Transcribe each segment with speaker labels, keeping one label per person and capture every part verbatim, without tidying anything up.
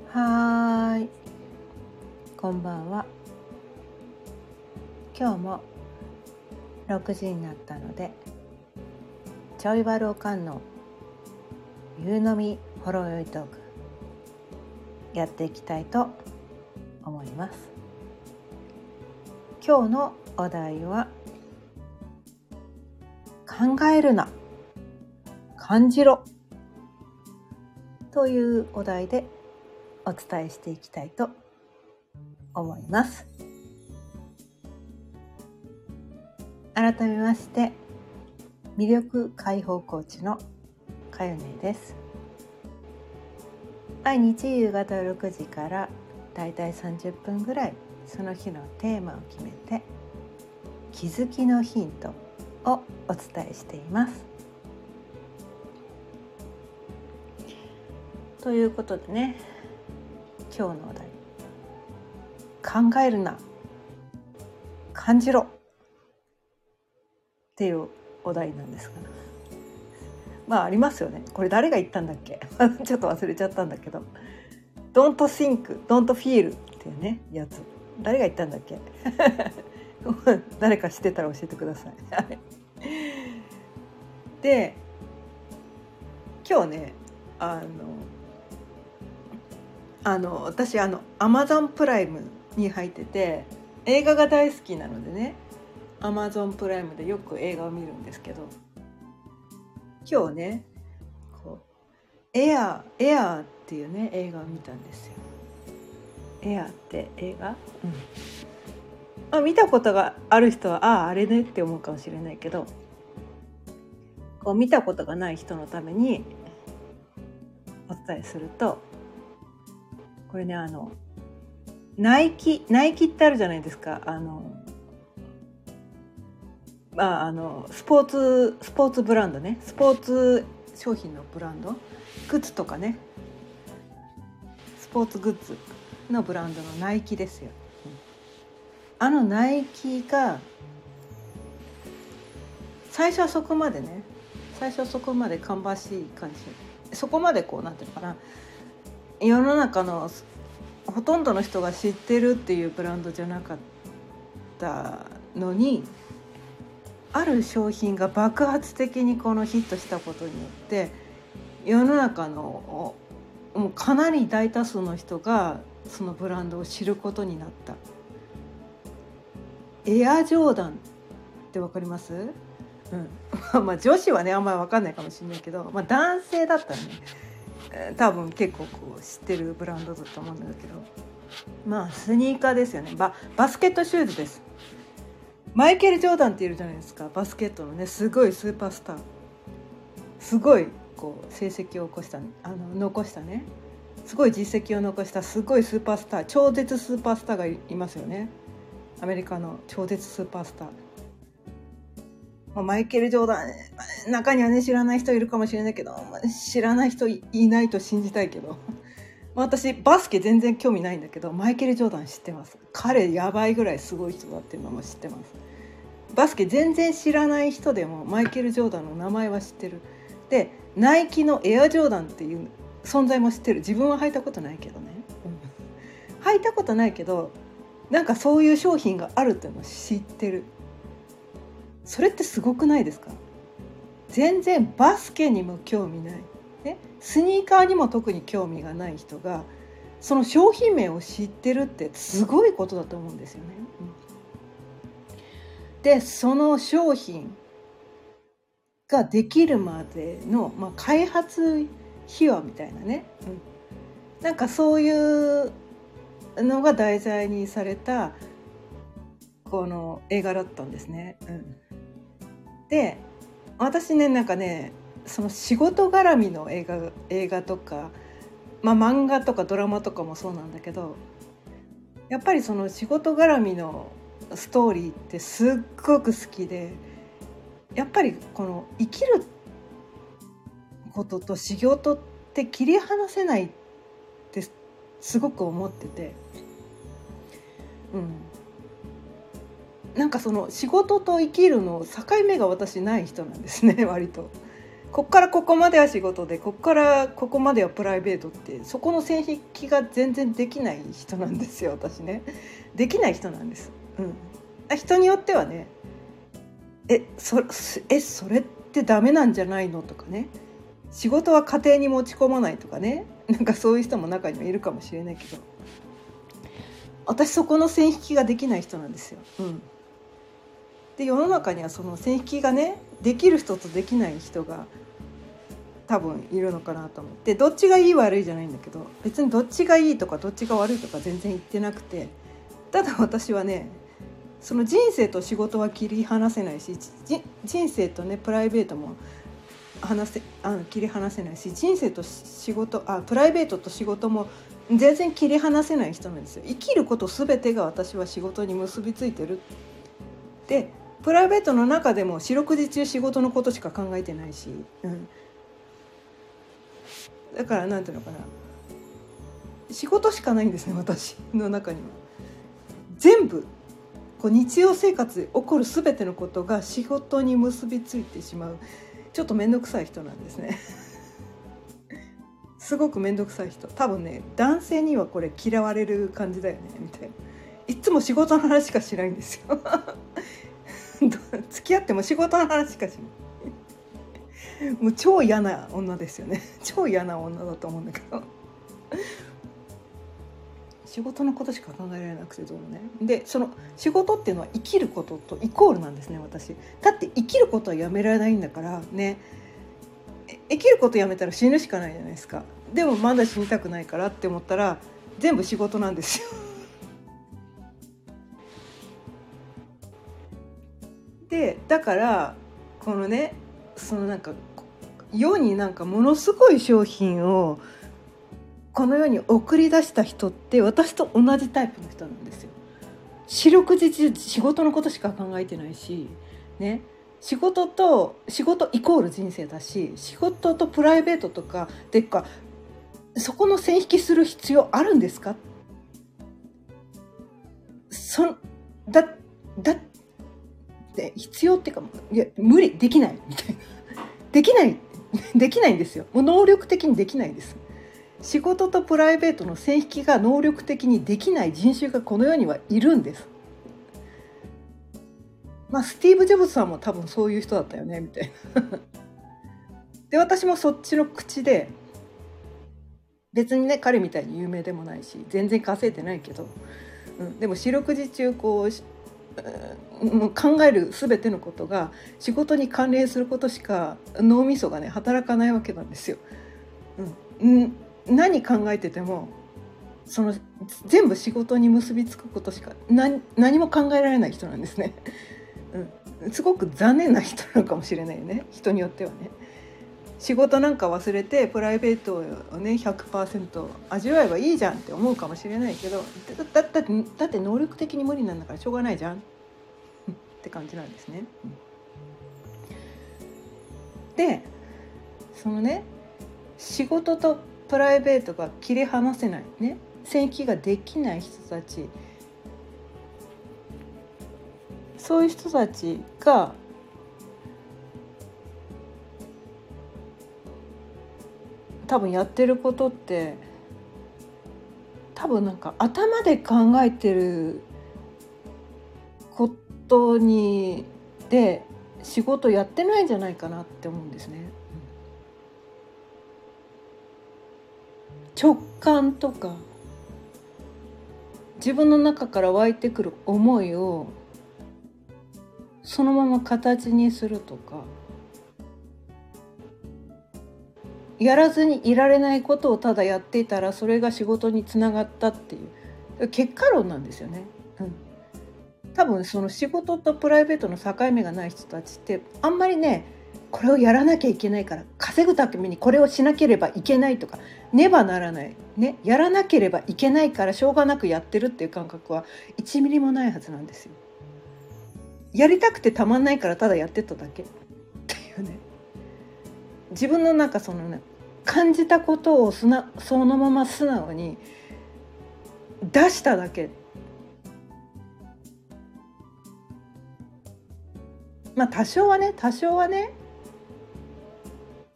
Speaker 1: はーい、こんばんは。今日もろくじになったので、ちょいわるおかんの夕飲みほろよいトークやっていきたいと思います。今日のお題は、考えるな、感じろというお題でお伝えしていきたいと思います。改めまして、魅力解放コーチのかよねです。毎日夕方ろくじからだいたいさんじゅっぷんぐらい、その日のテーマを決めて気づきのヒントをお伝えしています。ということでね、今日のお題、考えるな、感じろっていうお題なんですが、まあありますよね。これ誰が言ったんだっけちょっと忘れちゃったんだけど Don't think, don't feel っていうねやつ、誰が言ったんだっけ誰か知ってたら教えてくださいで、今日ね、あのあの私あの Amazon プライムに入ってて、映画が大好きなのでね、 Amazon プライムでよく映画を見るんですけど、今日ねこうエアーエアーっていうね映画を見たんですよ。エアーって映画、うんまあ、見たことがある人はあああれねって思うかもしれないけど、こう見たことがない人のためにお伝えすると、これね、あのナイキナイキってあるじゃないですか。あのまああのスポーツスポーツブランドね、スポーツ商品のブランド、グッズとかね、スポーツグッズのブランドのナイキですよ。あのナイキが最初はそこまでね、最初はそこまで芳しい感じ、そこまでこうなんていうのかな、世の中のほとんどの人が知ってるっていうブランドじゃなかったのに、ある商品が爆発的にこのヒットしたことによって世の中のもうかなり大多数の人がそのブランドを知ることになった。エアジョーダンってわかります？うん、まあ女子はねあんまりわかんないかもしれないけど、まあ、男性だったらね多分結構こう知ってるブランドだと思うんだけど、まあスニーカーですよね。 バ, バスケットシューズです。マイケル・ジョーダンっているじゃないですか、バスケットのねすごいスーパースター、すごいこう成績を起こしたあの残したね、すごい実績を残したすごいスーパースター、超絶スーパースターが い, いますよね。アメリカの超絶スーパースター、マイケル・ジョーダン、中にはね知らない人いるかもしれないけど、知らない人 い, いないと信じたいけど私バスケ全然興味ないんだけど、マイケル・ジョーダン知ってます。彼やばいぐらいすごい人だっていうのも知ってます。バスケ全然知らない人でもマイケル・ジョーダンの名前は知ってる。で、ナイキのエアジョーダンっていう存在も知ってる。自分は履いたことないけどね、うん、履いたことないけどなんかそういう商品があるっていうのを知ってる。それってすごくないですか？全然バスケにも興味ない、ね、スニーカーにも特に興味がない人がその商品名を知ってるってすごいことだと思うんですよね、うん、でその商品ができるまでの、まあ、開発秘話みたいなね、うん、なんかそういうのが題材にされたこの映画だったんですね、うん、で私ねなんかねその仕事絡みの映画、映画とか、まあ、漫画とかドラマとかもそうなんだけど、やっぱりその仕事絡みのストーリーってすっごく好きで、やっぱりこの生きることと仕事って切り離せないってすごく思ってて、うん、なんかその仕事と生きるの境目が私ない人なんですね割と。 こっからここまでは仕事で、こっからここまではプライベートって、そこの線引きが全然できない人なんですよ、私ね。できない人なんです、うん、人によってはね、え そ, えそれってダメなんじゃないのとかね、仕事は家庭に持ち込まないとかね、なんかそういう人も中にはいるかもしれないけど、私そこの線引きができない人なんですよ、うん、で世の中にはその線引きがねできる人とできない人が多分いるのかなと思って、どっちがいい悪いじゃないんだけど、別にどっちがいいとかどっちが悪いとか全然言ってなくて、ただ私はね、その人生と仕事は切り離せないし、人生とねプライベートも離せあの切り離せないし、人生と仕事あプライベートと仕事も全然切り離せない人なんですよ。生きること全てが私は仕事に結びついてる。でプライベートの中でも四六時中仕事のことしか考えてないし、うん、だからなんていうのかな、仕事しかないんですね、私の中には。全部こう日常生活で起こる全てのことが仕事に結びついてしまう、ちょっと面倒くさい人なんですねすごく面倒くさい人、多分ね男性にはこれ嫌われる感じだよねみたいな。いつも仕事の話しかしないんですよ付き合っても仕事の話しかしないもう超嫌な女ですよね超嫌な女だと思うんだけど仕事のことしか考えられなくてどうもね。でその仕事っていうのは生きることとイコールなんですね、私。だって生きることはやめられないんだからね。生きることやめたら死ぬしかないじゃないですか。でもまだ死にたくないからって思ったら全部仕事なんですよでだからこのね、そのなんか世になんかものすごい商品をこの世に送り出した人って私と同じタイプの人なんですよ。四六時中仕事のことしか考えてないしね、仕事と仕事イコール人生だし、仕事とプライベートとかっていうか、そこの線引きする必要あるんですか。そだだって必要っていうか、いや無理できないみたいなできないできないんですよ。もう能力的にできないです。仕事とプライベートの線引きが能力的にできない人種がこの世にはいるんです。まあスティーブ・ジョブズさんも多分そういう人だったよねみたいなで私もそっちの口で、別にね彼みたいに有名でもないし全然稼いでないけど、うん、でも四六時中こう、うん、もう考える全てのことが仕事に関連することしか脳みそがね働かないわけなんですよ、うん、何考えててもその全部仕事に結びつくことしか 何, 何も考えられない人なんですね、うん、すごく残念な人なのかもしれないよね、人によってはね。仕事なんか忘れてプライベートをね ひゃくパーセント 味わえばいいじゃんって思うかもしれないけど、だ, だ, だ, だって能力的に無理なんだからしょうがないじゃんって感じなんですね。でそのね、仕事とプライベートが切り離せないね、線引きができない人たち、そういう人たちが多分やってることって、多分なんか頭で考えてることにで仕事やってないんじゃないかなって思うんですね。直感とか自分の中から湧いてくる思いをそのまま形にするとか、やらずにいられないことをただやっていたらそれが仕事につながったっていう結果論なんですよね、うん、多分その仕事とプライベートの境目がない人たちってあんまりね、これをやらなきゃいけないから稼ぐためにこれをしなければいけないとかねばならない、ね、やらなければいけないからしょうがなくやってるっていう感覚はいちミリもないはずなんですよ。やりたくてたまんないからただやってただけっていうね、自分のなんかそのね感じたことをすなそのまま素直に出しただけ。まあ多少はね多少はね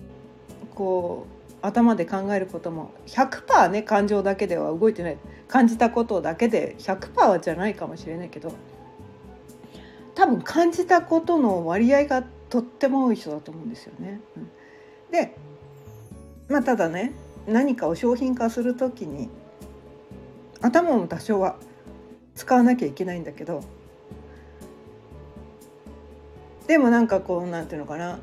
Speaker 1: こう頭で考えることも ひゃくパーセント ね、感情だけでは動いてない、感じたことだけで ひゃくパーセント じゃないかもしれないけど、多分感じたことの割合がとっても多い人だと思うんですよね。うん、で、まあただね、何かを商品化するときに頭も多少は使わなきゃいけないんだけど、でもなんかこうなんていうのかな、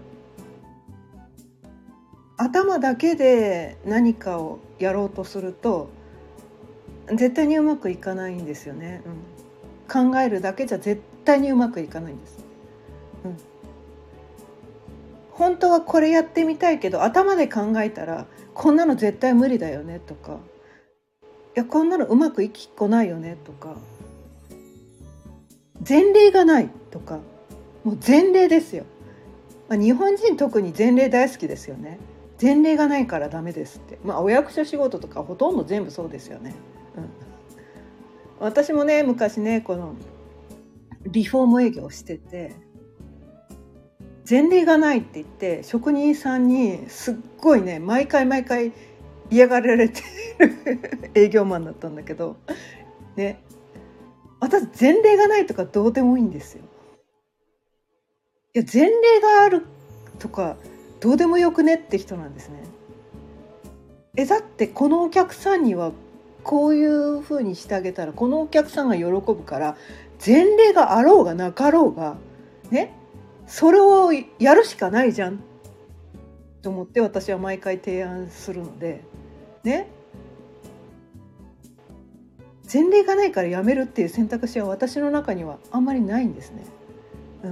Speaker 1: 頭だけで何かをやろうとすると絶対にうまくいかないんですよね。うん、考えるだけじゃ絶対にうまくいかないんです。うん、本当はこれやってみたいけど頭で考えたらこんなの絶対無理だよねとか、いやこんなのうまくいきっこないよねとか、前例がないとか、もう前例ですよ。まあ、日本人特に前例大好きですよね。前例がないからダメですって。まあお役所仕事とかほとんど全部そうですよね。うん、私もね昔ねこのリフォーム営業をしてて、前例がないって言って職人さんにすっごいね毎回毎回嫌がられてる営業マンだったんだけどね、私前例がないとかどうでもいいんですよ。いや前例があるとかどうでもよくねって人なんですね。えだってこのお客さんにはこういう風にしてあげたらこのお客さんが喜ぶから、前例があろうがなかろうがね、それをやるしかないじゃんと思って私は毎回提案するのでね、前例がないからやめるっていう選択肢は私の中にはあんまりないんですね。うん、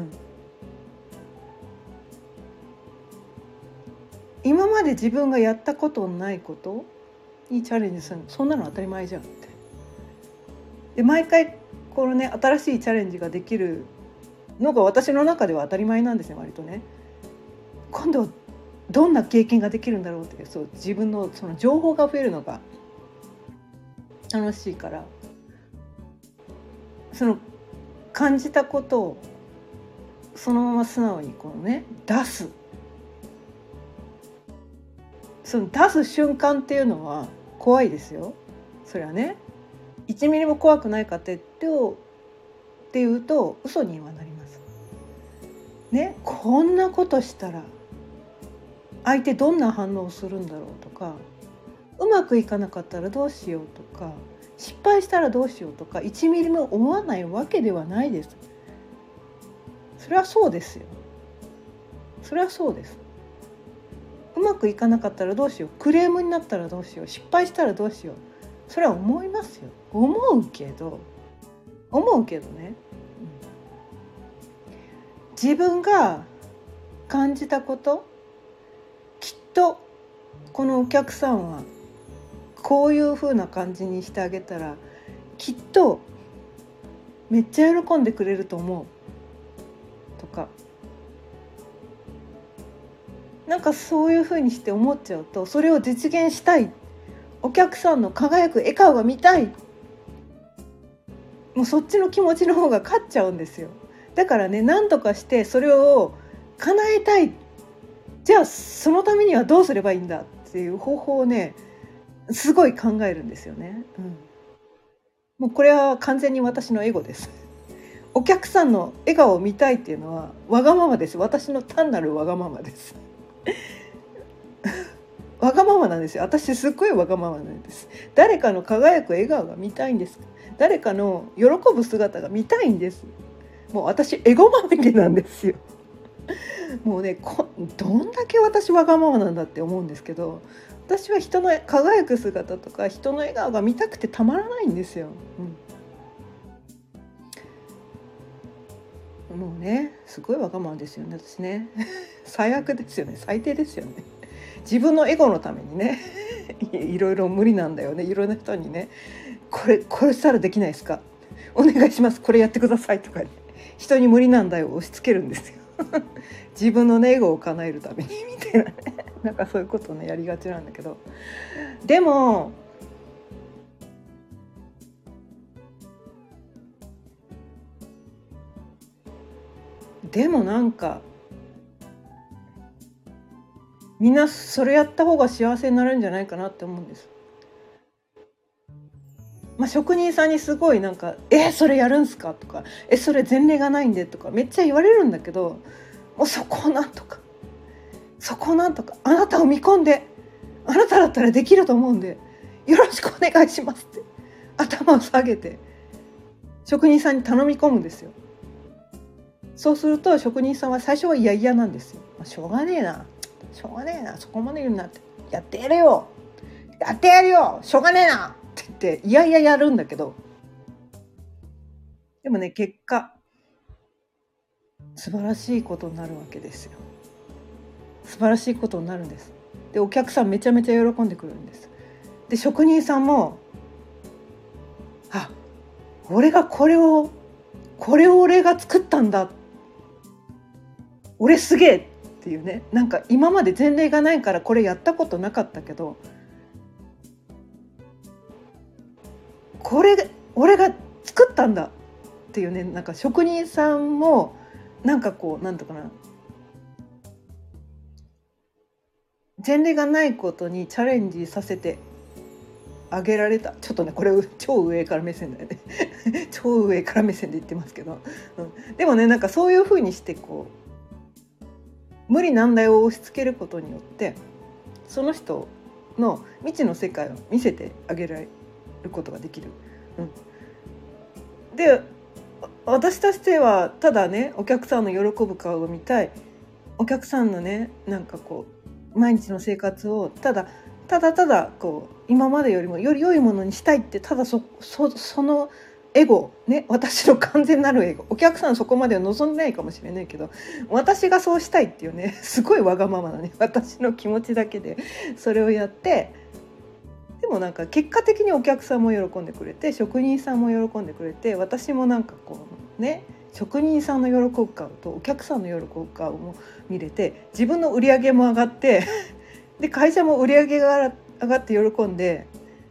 Speaker 1: 今まで自分がやったことのないことにチャレンジするの、そんなの当たり前じゃんって。で毎回このね新しいチャレンジができるのが私の中では当たり前なんですね、割とね。今度どんな経験ができるんだろうって、そう自分のその情報が増えるのが楽しいから、その感じたことをそのまま素直にこうね出す、その出す瞬間っていうのは怖いですよ。それはねいちミリも怖くないかってっていうと嘘にはなりますね。こんなことしたら相手どんな反応をするんだろうとか、うまくいかなかったらどうしようとか、失敗したらどうしようとかいちミリも思わないわけではないです。それはそうですよ。それはそうです。うまくいかなかったらどうしよう、クレームになったらどうしよう、失敗したらどうしよう、それは思いますよ。思うけど思うけどね、うん、自分が感じたこと、きっとこのお客さんはこういう風な感じにしてあげたらきっとめっちゃ喜んでくれると思うとか、なんかそういう風にして思っちゃうと、それを実現したい、お客さんの輝く笑顔が見たい、もうそっちの気持ちの方が勝っちゃうんですよ。だからね、何とかしてそれを叶えたい、じゃあそのためにはどうすればいいんだっていう方法をねすごい考えるんですよね。うん、もうこれは完全に私のエゴです。お客さんの笑顔を見たいっていうのはわがままです。私の単なるわがままです。わがままなんですよ。私すっごいわがままなんです。誰かの輝く笑顔が見たいんです。誰かの喜ぶ姿が見たいんです。もう私エゴまみれなんですよ。もうねこどんだけ私わがままなんだって思うんですけど、私は人の輝く姿とか人の笑顔が見たくてたまらないんですよ。うん、もうねすごいわがままですよね私ね。最悪ですよね、最低ですよね。自分のエゴのためにねいろいろ無理なんだよね。いろんな人にねこれこれしたらできないですか、お願いします、これやってくださいとかね、人に無理なんだよ押し付けるんですよ。自分の、ね、エゴを叶えるためにみたいなねなんかそういうことをねやりがちなんだけど、でもでもなんかみんなそれやった方が幸せになるんじゃないかなって思うんです。まあ、職人さんにすごいなんか「えそれやるんすか?」とか「えそれ前例がないんで」とかめっちゃ言われるんだけど、もうそこをなんとかそこをなんとかあなたを見込んで、あなただったらできると思うんでよろしくお願いしますって頭を下げて職人さんに頼み込むんですよ。そうすると職人さんは最初は嫌々なんですよ。まあ、しょうがねえなしょうがねえなそこまで言うんだってやってやるよやってやるよしょうがねえなって言っていやいややるんだけど、でもね結果素晴らしいことになるわけですよ。素晴らしいことになるんです。でお客さんめちゃめちゃ喜んでくるんです。で職人さんもあ俺がこれをこれを俺が作ったんだ俺すげえっていうね、なんか今まで前例がないからこれやったことなかったけどこれ俺が作ったんだっていうね、なんか職人さんもなんかこうなんとかな前例がないことにチャレンジさせてあげられた。ちょっとねこれ超上から目線だよね超上から目線で言ってますけど、うん、でもねなんかそういう風にしてこう無理難題を押し付けることによってその人の未知の世界を見せてあげられることができる。うん、で私としてはただねお客さんの喜ぶ顔を見たい、お客さんのねなんかこう毎日の生活をただただただこう今までよりもより良いものにしたいって、ただ そ, そ, そのエゴね、私の完全なるエゴ、お客さんそこまでは望んでないかもしれないけど私がそうしたいっていうねすごいわがままなね私の気持ちだけでそれをやって、でもなんか結果的にお客さんも喜んでくれて職人さんも喜んでくれて、私もなんかこうね職人さんの喜ぶ顔とお客さんの喜ぶ顔も見れて自分の売り上げも上がってで会社も売り上げが上がって喜んで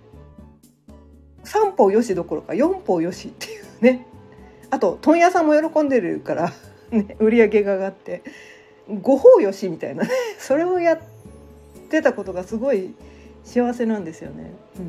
Speaker 1: さん歩よしどころかよん歩よしっていうね、あと問屋さんも喜んでるから、ね、売り上げが上がってご歩よしみたいなねそれをやってたことがすごい幸せなんですよね。うん、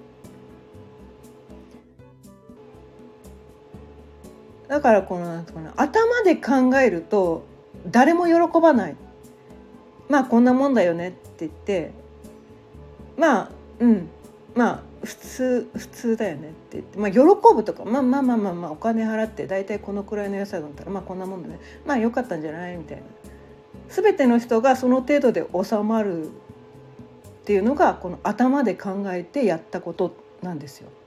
Speaker 1: だからこのなんとかな頭で考えると誰も喜ばない、まあこんなもんだよねって言ってまあうんまあ普通普通だよねって言って、まあ、喜ぶとかまあまあまあまあまあお金払って大体このくらいの予算だったらまあこんなもんだねまあ良かったんじゃないみたいな、全ての人がその程度で収まるっていうのがこの頭で考えてやったことなんですよ。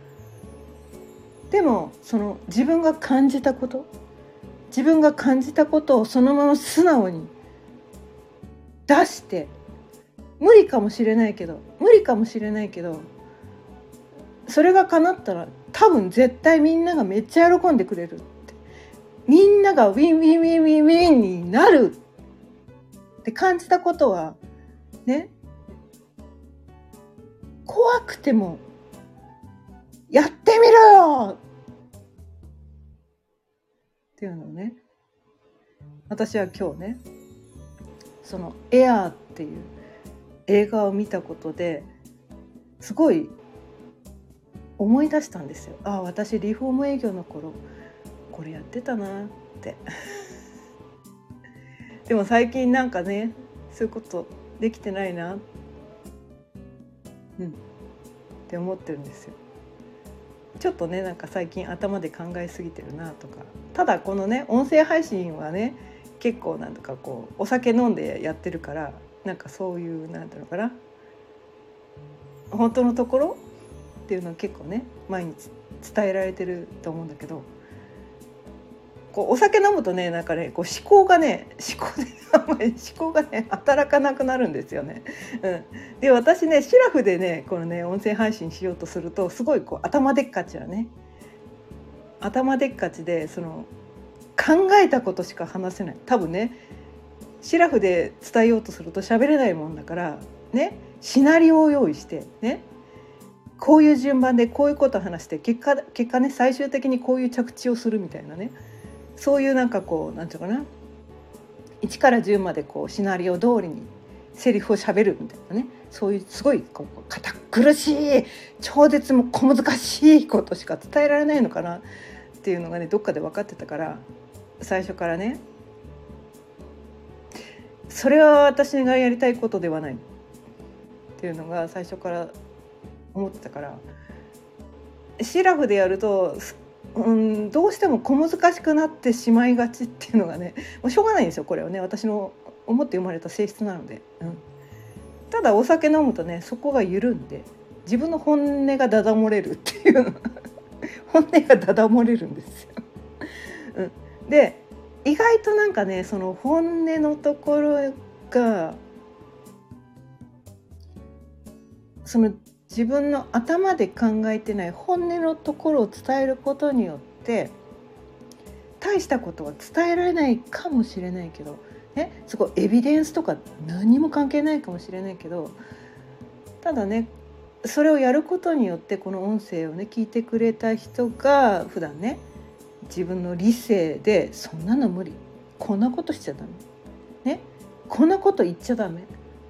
Speaker 1: でもその自分が感じたこと自分が感じたことをそのまま素直に出して、無理かもしれないけど無理かもしれないけどそれが叶ったら多分絶対みんながめっちゃ喜んでくれるって、みんながウィンウィンウィンウィンウィンになるって感じたことはね、怖くてもやってみろよっていうのをね、私は今日ねそのエアーっていう映画を見たことですごい思い出したんですよ。ああ私リフォーム営業の頃これやってたなってでも最近なんかねそういうことできてないな、うんって思ってるんですよ。ちょっとねなんか最近頭で考えすぎてるなとか、ただこのね音声配信はね結構なんとかこうお酒飲んでやってるからなんかそういうなんていうのかな本当のところっていうのを結構ね毎日伝えられてると思うんだけど、こうお酒飲むとねなんかねこう思考がね思考であんまり思考がね働かなくなるんですよね。うん、で私ねシラフでねこのね音声配信しようとするとすごいこう頭でっかちはね頭でっかちでその考えたことしか話せない。多分ねシラフで伝えようとすると喋れないもんだからねシナリオを用意してねこういう順番でこういうことを話して結果結果ね最終的にこういう着地をするみたいなね、そういうなんかこうなんていうかないちからじゅうまでこうシナリオ通りにセリフを喋るみたいなね、そういうすごいこう堅苦しい超絶も小難しいことしか伝えられないのかなっていうのがねどっかで分かってたから、最初からねそれは私がやりたいことではないっていうのが最初から思ってたから、シラフでやると、うん、どうしても小難しくなってしまいがちっていうのがね、もうしょうがないんですよ。これはね私の思って生まれた性質なので、うん、ただお酒飲むとねそこが緩んで自分の本音がだだ漏れるっていう本音がだだ漏れるんですよ、うん、で意外となんかねその本音のところがその自分の頭で考えてない本音のところを伝えることによって大したことは伝えられないかもしれないけど、ね、そこエビデンスとか何も関係ないかもしれないけど、ただねそれをやることによってこの音声をね聞いてくれた人が普段ね自分の理性でそんなの無理、こんなことしちゃダメ、ね、こんなこと言っちゃダメ、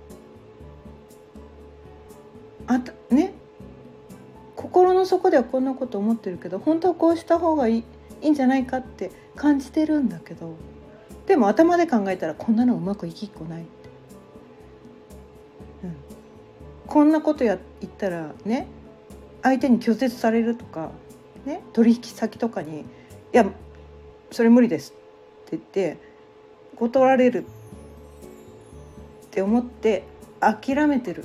Speaker 1: あたね、心の底ではこんなこと思ってるけど本当はこうした方がいい、いいんじゃないかって感じてるんだけど、でも頭で考えたらこんなのうまくいきっこないって、うん、こんなことや言ったらね相手に拒絶されるとか、ね、取引先とかにいやそれ無理ですって言って断られるって思って諦めてる、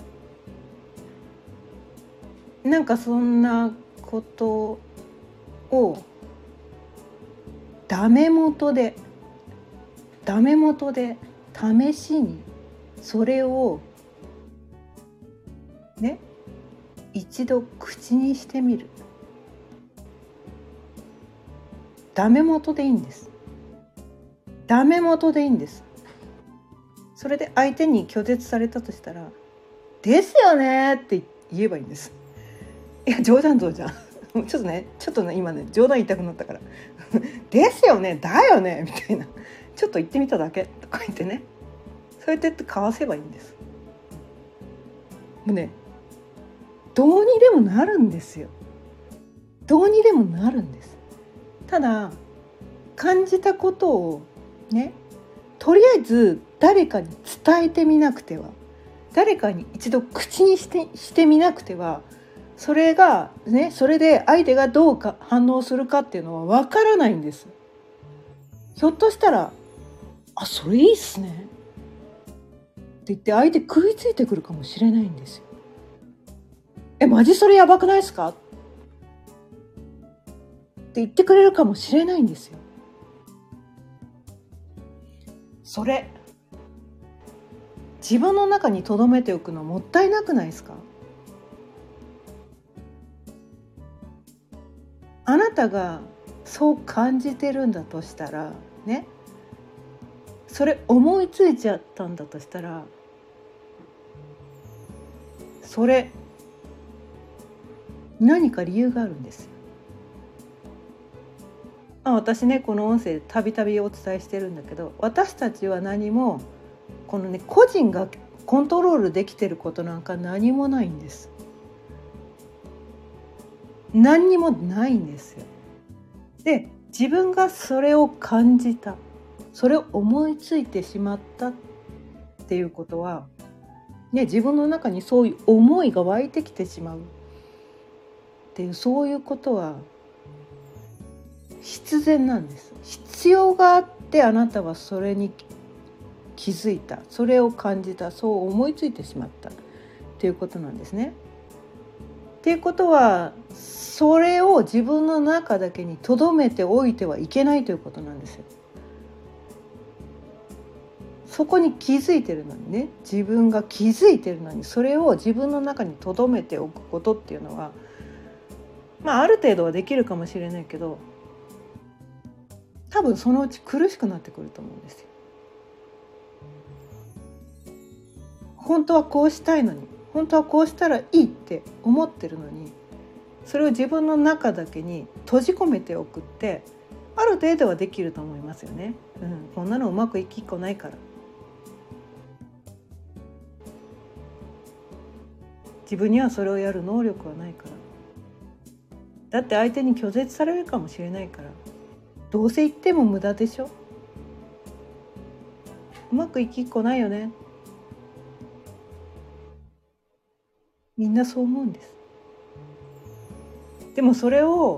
Speaker 1: なんかそんなことをダメ元でダメ元で試しにそれをね一度口にしてみる。ダメ元でいいんです。ダメ元でいいんです。それで相手に拒絶されたとしたらですよねって言えばいいんです。いや冗談冗談ちょっとねちょっとね今ね冗談言いたくなったからですよねだよねみたいな、ちょっと言ってみただけとか言ってね、そうやってって交わせばいいんです。もうねどうにでもなるんですよ。どうにでもなるんです。ただ感じたことをねとりあえず誰かに伝えてみなくては、誰かに一度口にして、してみなくては、それがねそれで相手がどうか反応するかっていうのは分からないんです。ひょっとしたらあそれいいっすねって言って相手食いついてくるかもしれないんですよ。えマジそれやばくないですかって言ってくれるかもしれないんですよ。それ自分の中に留めておくのもったいなくないですか？あなたがそう感じてるんだとしたらね、それ思いついちゃったんだとしたら、それ何か理由があるんですよ。あ、私ねこの音声たびたびお伝えしてるんだけど、私たちは何もこのね個人がコントロールできてることなんか何もないんです。何にもないんですよ。で自分がそれを感じた、それを思いついてしまったっていうことは、ね、自分の中にそういう思いが湧いてきてしまうっていう、そういうことは必然なんです。必要があってあなたはそれに気づいた、それを感じた、そう思いついてしまったっていうことなんですね。っていうことはそれを自分の中だけに留めておいてはいけないということなんですよ。そこに気づいてるのにね、自分が気づいてるのにそれを自分の中に留めておくことっていうのは、まあある程度はできるかもしれないけど、多分そのうち苦しくなってくると思うんですよ。本当はこうしたいのに、本当はこうしたらいいって思ってるのに、それを自分の中だけに閉じ込めておくってある程度はできると思いますよね、うん、こんなのうまくいきっこないから。 自分にはそれをやる能力はないから。だって相手に拒絶されるかもしれないから、どうせ言っても無駄でしょ。うまくいきっこないよね。みんなそう思うんです。でもそれを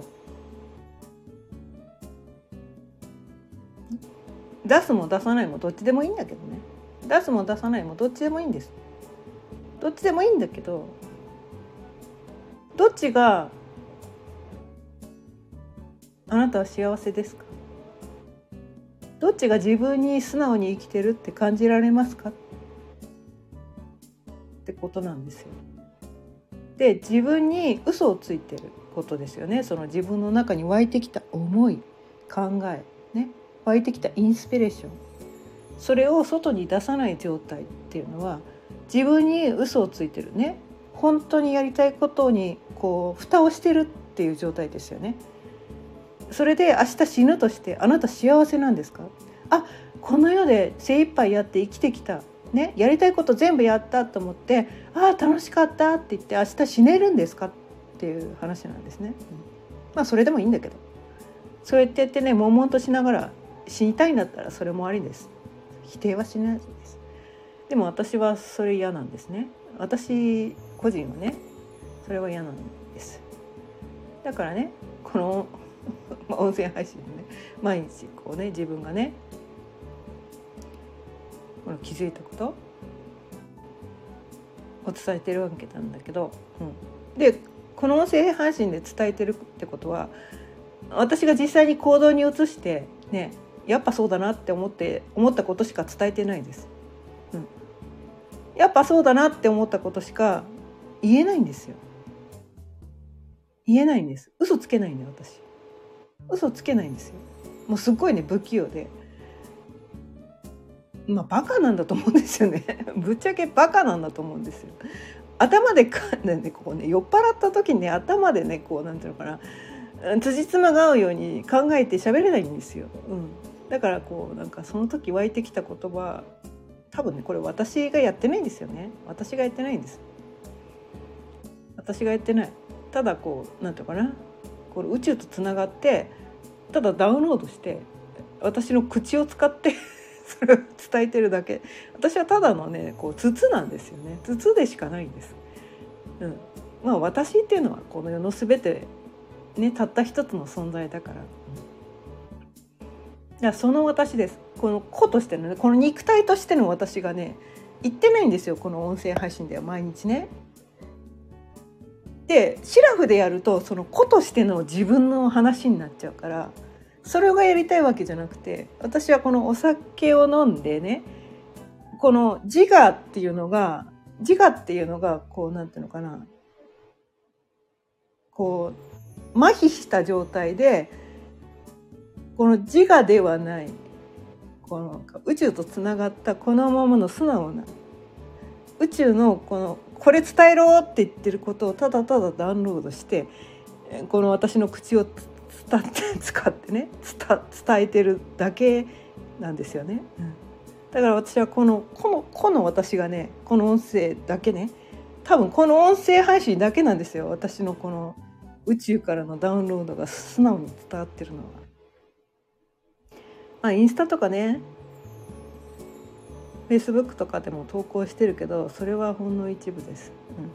Speaker 1: 出すも出さないもどっちでもいいんだけどね。出すも出さないもどっちでもいいんです。どっちでもいいんだけど、どっちがあなたは幸せですか？どっちが自分に素直に生きてるって感じられますかってことなんですよ。で、自分に嘘をついてることですよね。その自分の中に湧いてきた思い、考え、ね、湧いてきたインスピレーション、それを外に出さない状態っていうのは自分に嘘をついてるね。本当にやりたいことにこう蓋をしてるっていう状態ですよね。それで明日死ぬとしてあなた幸せなんですか？あ、この世で精一杯やって生きてきた、ね、やりたいこと全部やったと思って、ああ楽しかったって言って明日死ねるんですかっていう話なんですね、うん、まあそれでもいいんだけど、そうやって言ってね、悶々としながら死にたいんだったらそれもありです。否定はしないです。でも私はそれ嫌なんですね。私個人はね、それは嫌なんです。だからね、この音声配信でね、毎日こうね、自分がねこの気づいたことを伝えてるわけなんだけど、うん、でこの音声配信で伝えてるってことは、私が実際に行動に移してね、やっぱそうだなって思って思ったことしか伝えてないです、うん、やっぱそうだなって思ったことしか言えないんですよ。言えないんです。嘘つけないんだよ私。嘘つけないんですよ。もうすっごいね不器用で、まあバカなんだと思うんですよねぶっちゃけバカなんだと思うんですよ。頭でかね、こうね、酔っ払った時にね、頭でねこうなんていうのかな、辻褄が合うように考えて喋れないんですよ、うん、だからこうなんかその時湧いてきた言葉、多分ねこれ私がやってないんですよね。私がやってないんです。私がやってない。ただこうなんていうのかな、これ宇宙とつながってただダウンロードして私の口を使ってそれを伝えてるだけ。私はただのねこう筒なんですよね。筒でしかないんです、うん、まあ私っていうのはこの世の全てね、たった一つの存在だから、うん、いやその私です。この個としてのね、この肉体としての私がね言ってないんですよ、この音声配信では毎日ね。でシラフでやるとその個としての自分の話になっちゃうから、それがやりたいわけじゃなくて、私はこのお酒を飲んでね、この自我っていうのが自我っていうのがこうなんていうのかな、こう麻痺した状態で、この自我ではないこの宇宙とつながったこのままの素直な宇宙のこのこれ伝えろって言ってることをただただダウンロードして、この私の口を伝って使ってね 伝, 伝えてるだけなんですよね、うん、だから私はこのこのこの私がね、この音声だけね、多分この音声配信だけなんですよ、私のこの宇宙からのダウンロードが素直に伝わってるのは。まあインスタとかね、Facebook とかでも投稿してるけど、それはほんの一部です、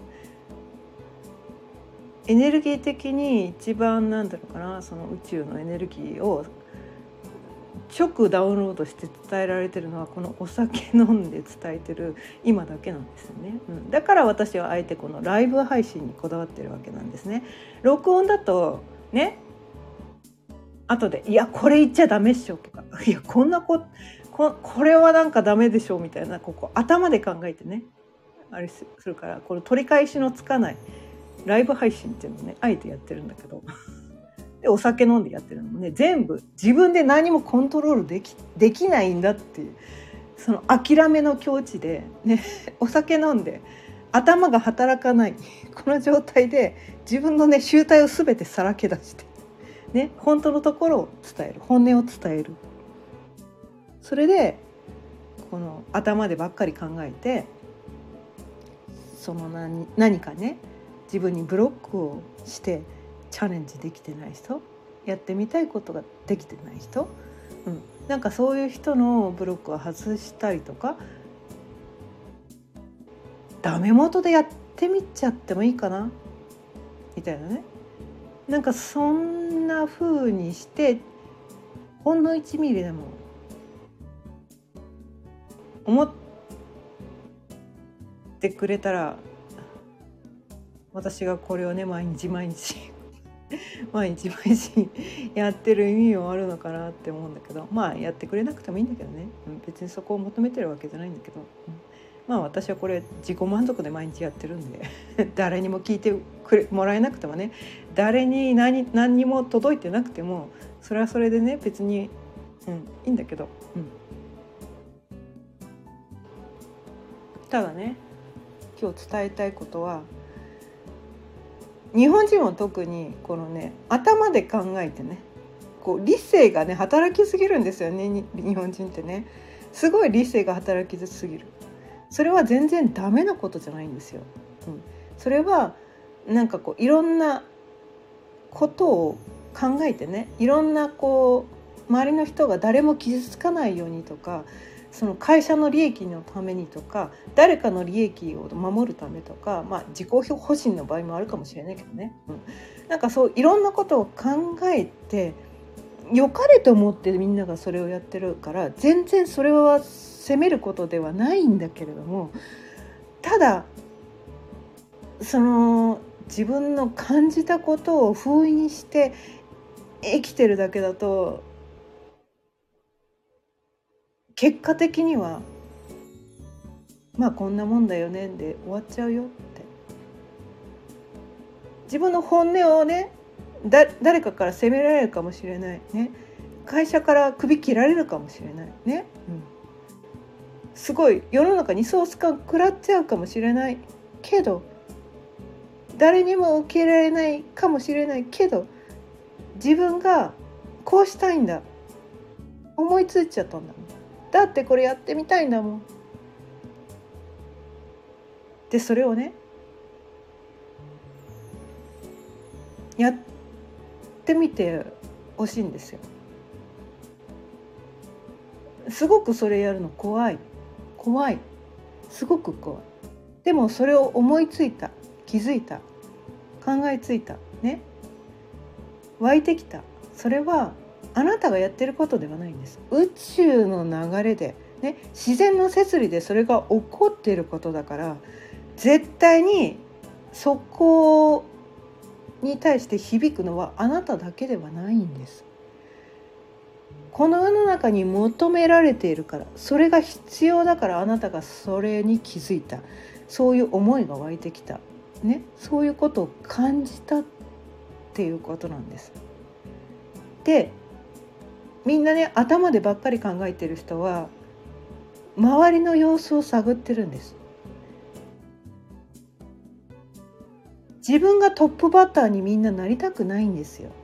Speaker 1: うん、エネルギー的に一番なんだろうかな、その宇宙のエネルギーを直ダウンロードして伝えられてるのはこのお酒飲んで伝えてる今だけなんですよね、うん、だから私はあえてこのライブ配信にこだわってるわけなんですね。録音だとね、後でいやこれ言っちゃダメっしょとか、いやこんなこここれはなんかダメでしょみたいな、ここ頭で考えてねあれするから、この取り返しのつかないライブ配信っていうのをねあえてやってるんだけどでお酒飲んでやってるのもね、全部自分で何もコントロールできできないんだっていう、その諦めの境地でねお酒飲んで頭が働かないこの状態で自分のね集大を全てさらけ出してね、本当のところを伝える、本音を伝える。それでこの頭でばっかり考えてその 何, 何かね自分にブロックをしてチャレンジできてない人、やってみたいことができてない人、うん、なんかそういう人のブロックを外したりとか、ダメ元でやってみちゃってもいいかなみたいなね、なんかそんな風にしてほんのいちミリでも思ってくれたら、私がこれをね毎日毎日毎日毎日やってる意味もあるのかなって思うんだけど、まあやってくれなくてもいいんだけどね、うん、別にそこを求めてるわけじゃないんだけど、うん、まあ私はこれ自己満足で毎日やってるんで誰にも聞いてくれもらえなくてもね、誰に 何, 何にも届いてなくてもそれはそれでね別に、うん、いいんだけど、うん、ただね今日伝えたいことは、日本人は特にこのね頭で考えてね、こう理性がね働きすぎるんですよね。日本人ってねすごい理性が働きすぎる。それは全然ダメなことじゃないんですよ、うん、それはなんかこういろんなことを考えてね、いろんなこう周りの人が誰も傷つかないようにとか、その会社の利益のためにとか、誰かの利益を守るためとか、まあ、自己保身の場合もあるかもしれないけどね、うん、なんかそういろんなことを考えて良かれと思ってみんながそれをやってるから、全然それは責めることではないんだけれども、ただその自分の感じたことを封印して生きてるだけだと、結果的にはまあこんなもんだよねで終わっちゃうよって。自分の本音をねだ誰かから責められるかもしれないね、会社から首切られるかもしれないね、うん、すごい世の中にソース感食らっちゃうかもしれないけど、誰にも受け入れられないかもしれないけど、自分がこうしたいんだ、思いついちゃったんだもん、だってこれやってみたいんだもん。でそれをねやってみてほしいんですよ。すごくそれやるの怖い怖いすごく怖い。でもそれを思いついた、気づいた、考えついたね、湧いてきた、それはあなたがやってることではないんです。宇宙の流れで、ね、自然の摂理でそれが起こっていることだから、絶対にそこに対して響くのはあなただけではないんです。この世の中に求められているから、それが必要だから、あなたがそれに気づいた、そういう思いが湧いてきた、ね、そういうことを感じたっていうことなんです。でみんなね頭でばっかり考えてる人は周りの様子を探ってるんです。自分がトップバッターにみんななりたくないんですよ。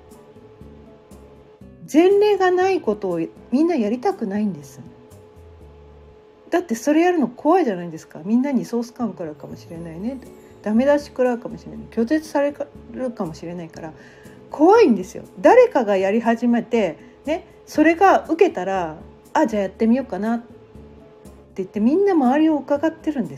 Speaker 1: 前例がないことをみんなやりたくないんです。だってそれやるの怖いじゃないですか。みんなにソース感食らうかもしれないね、ダメ出し食らうかもしれない、拒絶されるかもしれないから怖いんですよ。誰かがやり始めて、ね、それが受けたら、あじゃあやってみようかなって言ってみんな周りを伺ってるんです。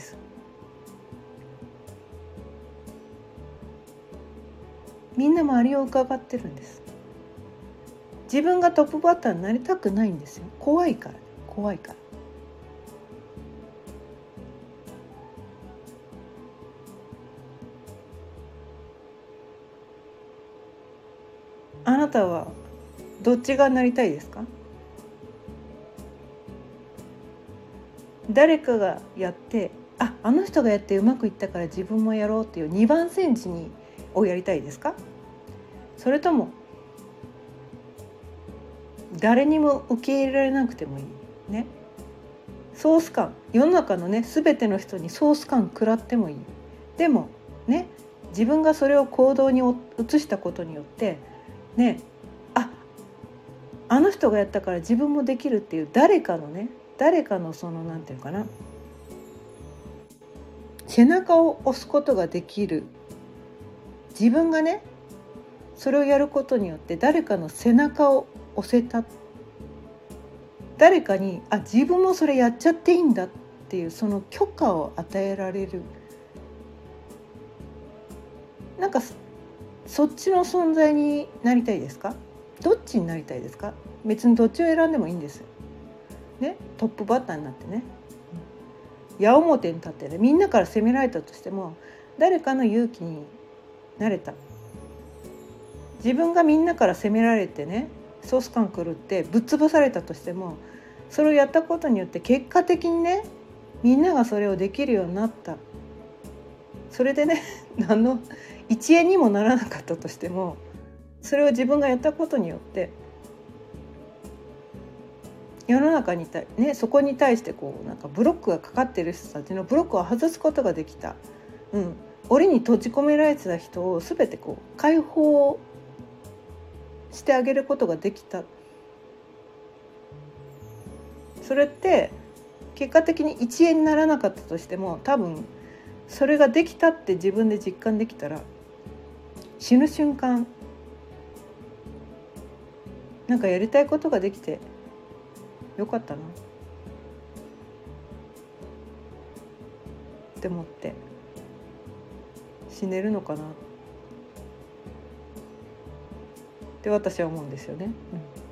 Speaker 1: みんな周りを伺ってるんです。自分がトップバッターになりたくないんですよ。怖いから怖いから。あなたはどっちがなりたいですか？誰かがやって、あ、あの人がやってうまくいったから自分もやろうっていうにばん煎じにをやりたいですか？それとも誰にも受け入れられなくてもいいね、ソース感、世の中のね全ての人にソース感食らってもいい。でもね、自分がそれを行動に移したことによってね、あ、あの人がやったから自分もできるっていう誰かのね、誰かのそのなんていうかな、 背中を押すことができる。自分がねそれをやることによって誰かの背中を押せた、誰かにあ自分もそれやっちゃっていいんだっていうその許可を与えられる。なんかそっちの存在になりたいですか？どっちになりたいですか？別にどっちを選んでもいいんですね。トップバッターになってね、矢面に立ってね、みんなから責められたとしても誰かの勇気になれた。自分がみんなから責められてね、ソース感狂ってぶっ潰されたとしても、それをやったことによって結果的にねみんながそれをできるようになった。それでね何の一円にもならなかったとしても、それを自分がやったことによって世の中にたね、そこに対してこうなんかブロックがかかっている人たちのブロックを外すことができた。うん、檻に閉じ込められてた人を全てこう解放してあげることができた。それって結果的に一円にならなかったとしても、多分それができたって自分で実感できたら、死ぬ瞬間なんかやりたいことができてよかったなって思って死ねるのかなって私は思うんですよね、うん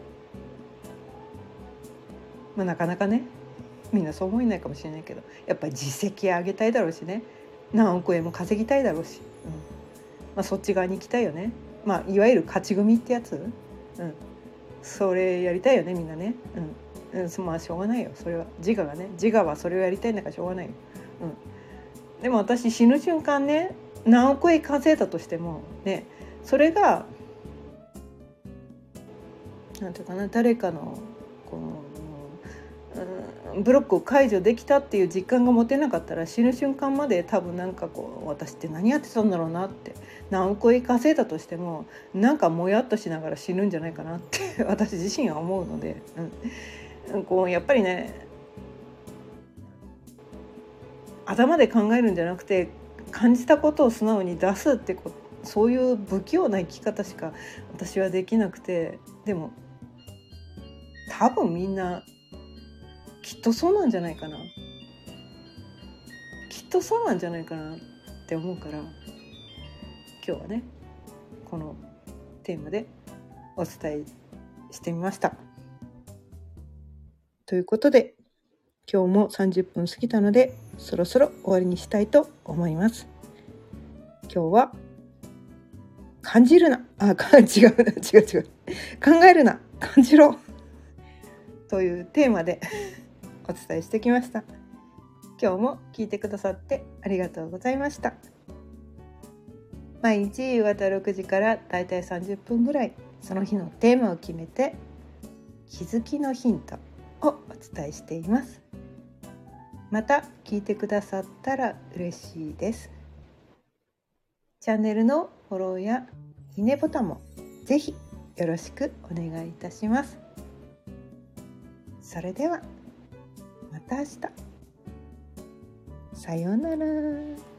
Speaker 1: まあ、なかなかねみんなそう思えないかもしれないけど、やっぱり実績上げたいだろうしね、何億円も稼ぎたいだろうし、うんまあ、そっち側に行きたいよね。まあいわゆる勝ち組ってやつ、うん、それやりたいよねみんなね、うんうん、まあしょうがないよ、それは自我がね、自我はそれをやりたいんだからしょうがないよ、うん、でも私死ぬ瞬間ね何億円稼いだとしてもね、それがなんていうかな、誰かのこのブロックを解除できたっていう実感が持てなかったら、死ぬ瞬間まで多分なんかこう私って何やってたんだろうなって、何億円稼いだとしてもなんかもやっとしながら死ぬんじゃないかなって私自身は思うので、うん、こうやっぱりね頭で考えるんじゃなくて感じたことを素直に出すってこそういう不器用な生き方しか私はできなくて、でも多分みんなきっとそうなんじゃないかなきっとそうなんじゃないかなって思うから、今日はねこのテーマでお伝えしてみました。ということで今日もさんじゅっぷん過ぎたのでそろそろ終わりにしたいと思います。今日は感じるなあ違う違う違う考えるな感じろというテーマでお伝えしてきました。今日も聞いてくださってありがとうございました。毎日夕方ろくじからだいたいさんじゅっぷんぐらいその日のテーマを決めて気づきのヒントをお伝えしています。また聞いてくださったら嬉しいです。チャンネルのフォローやいいねボタンもぜひよろしくお願いいたします。それではまた明日。さようなら。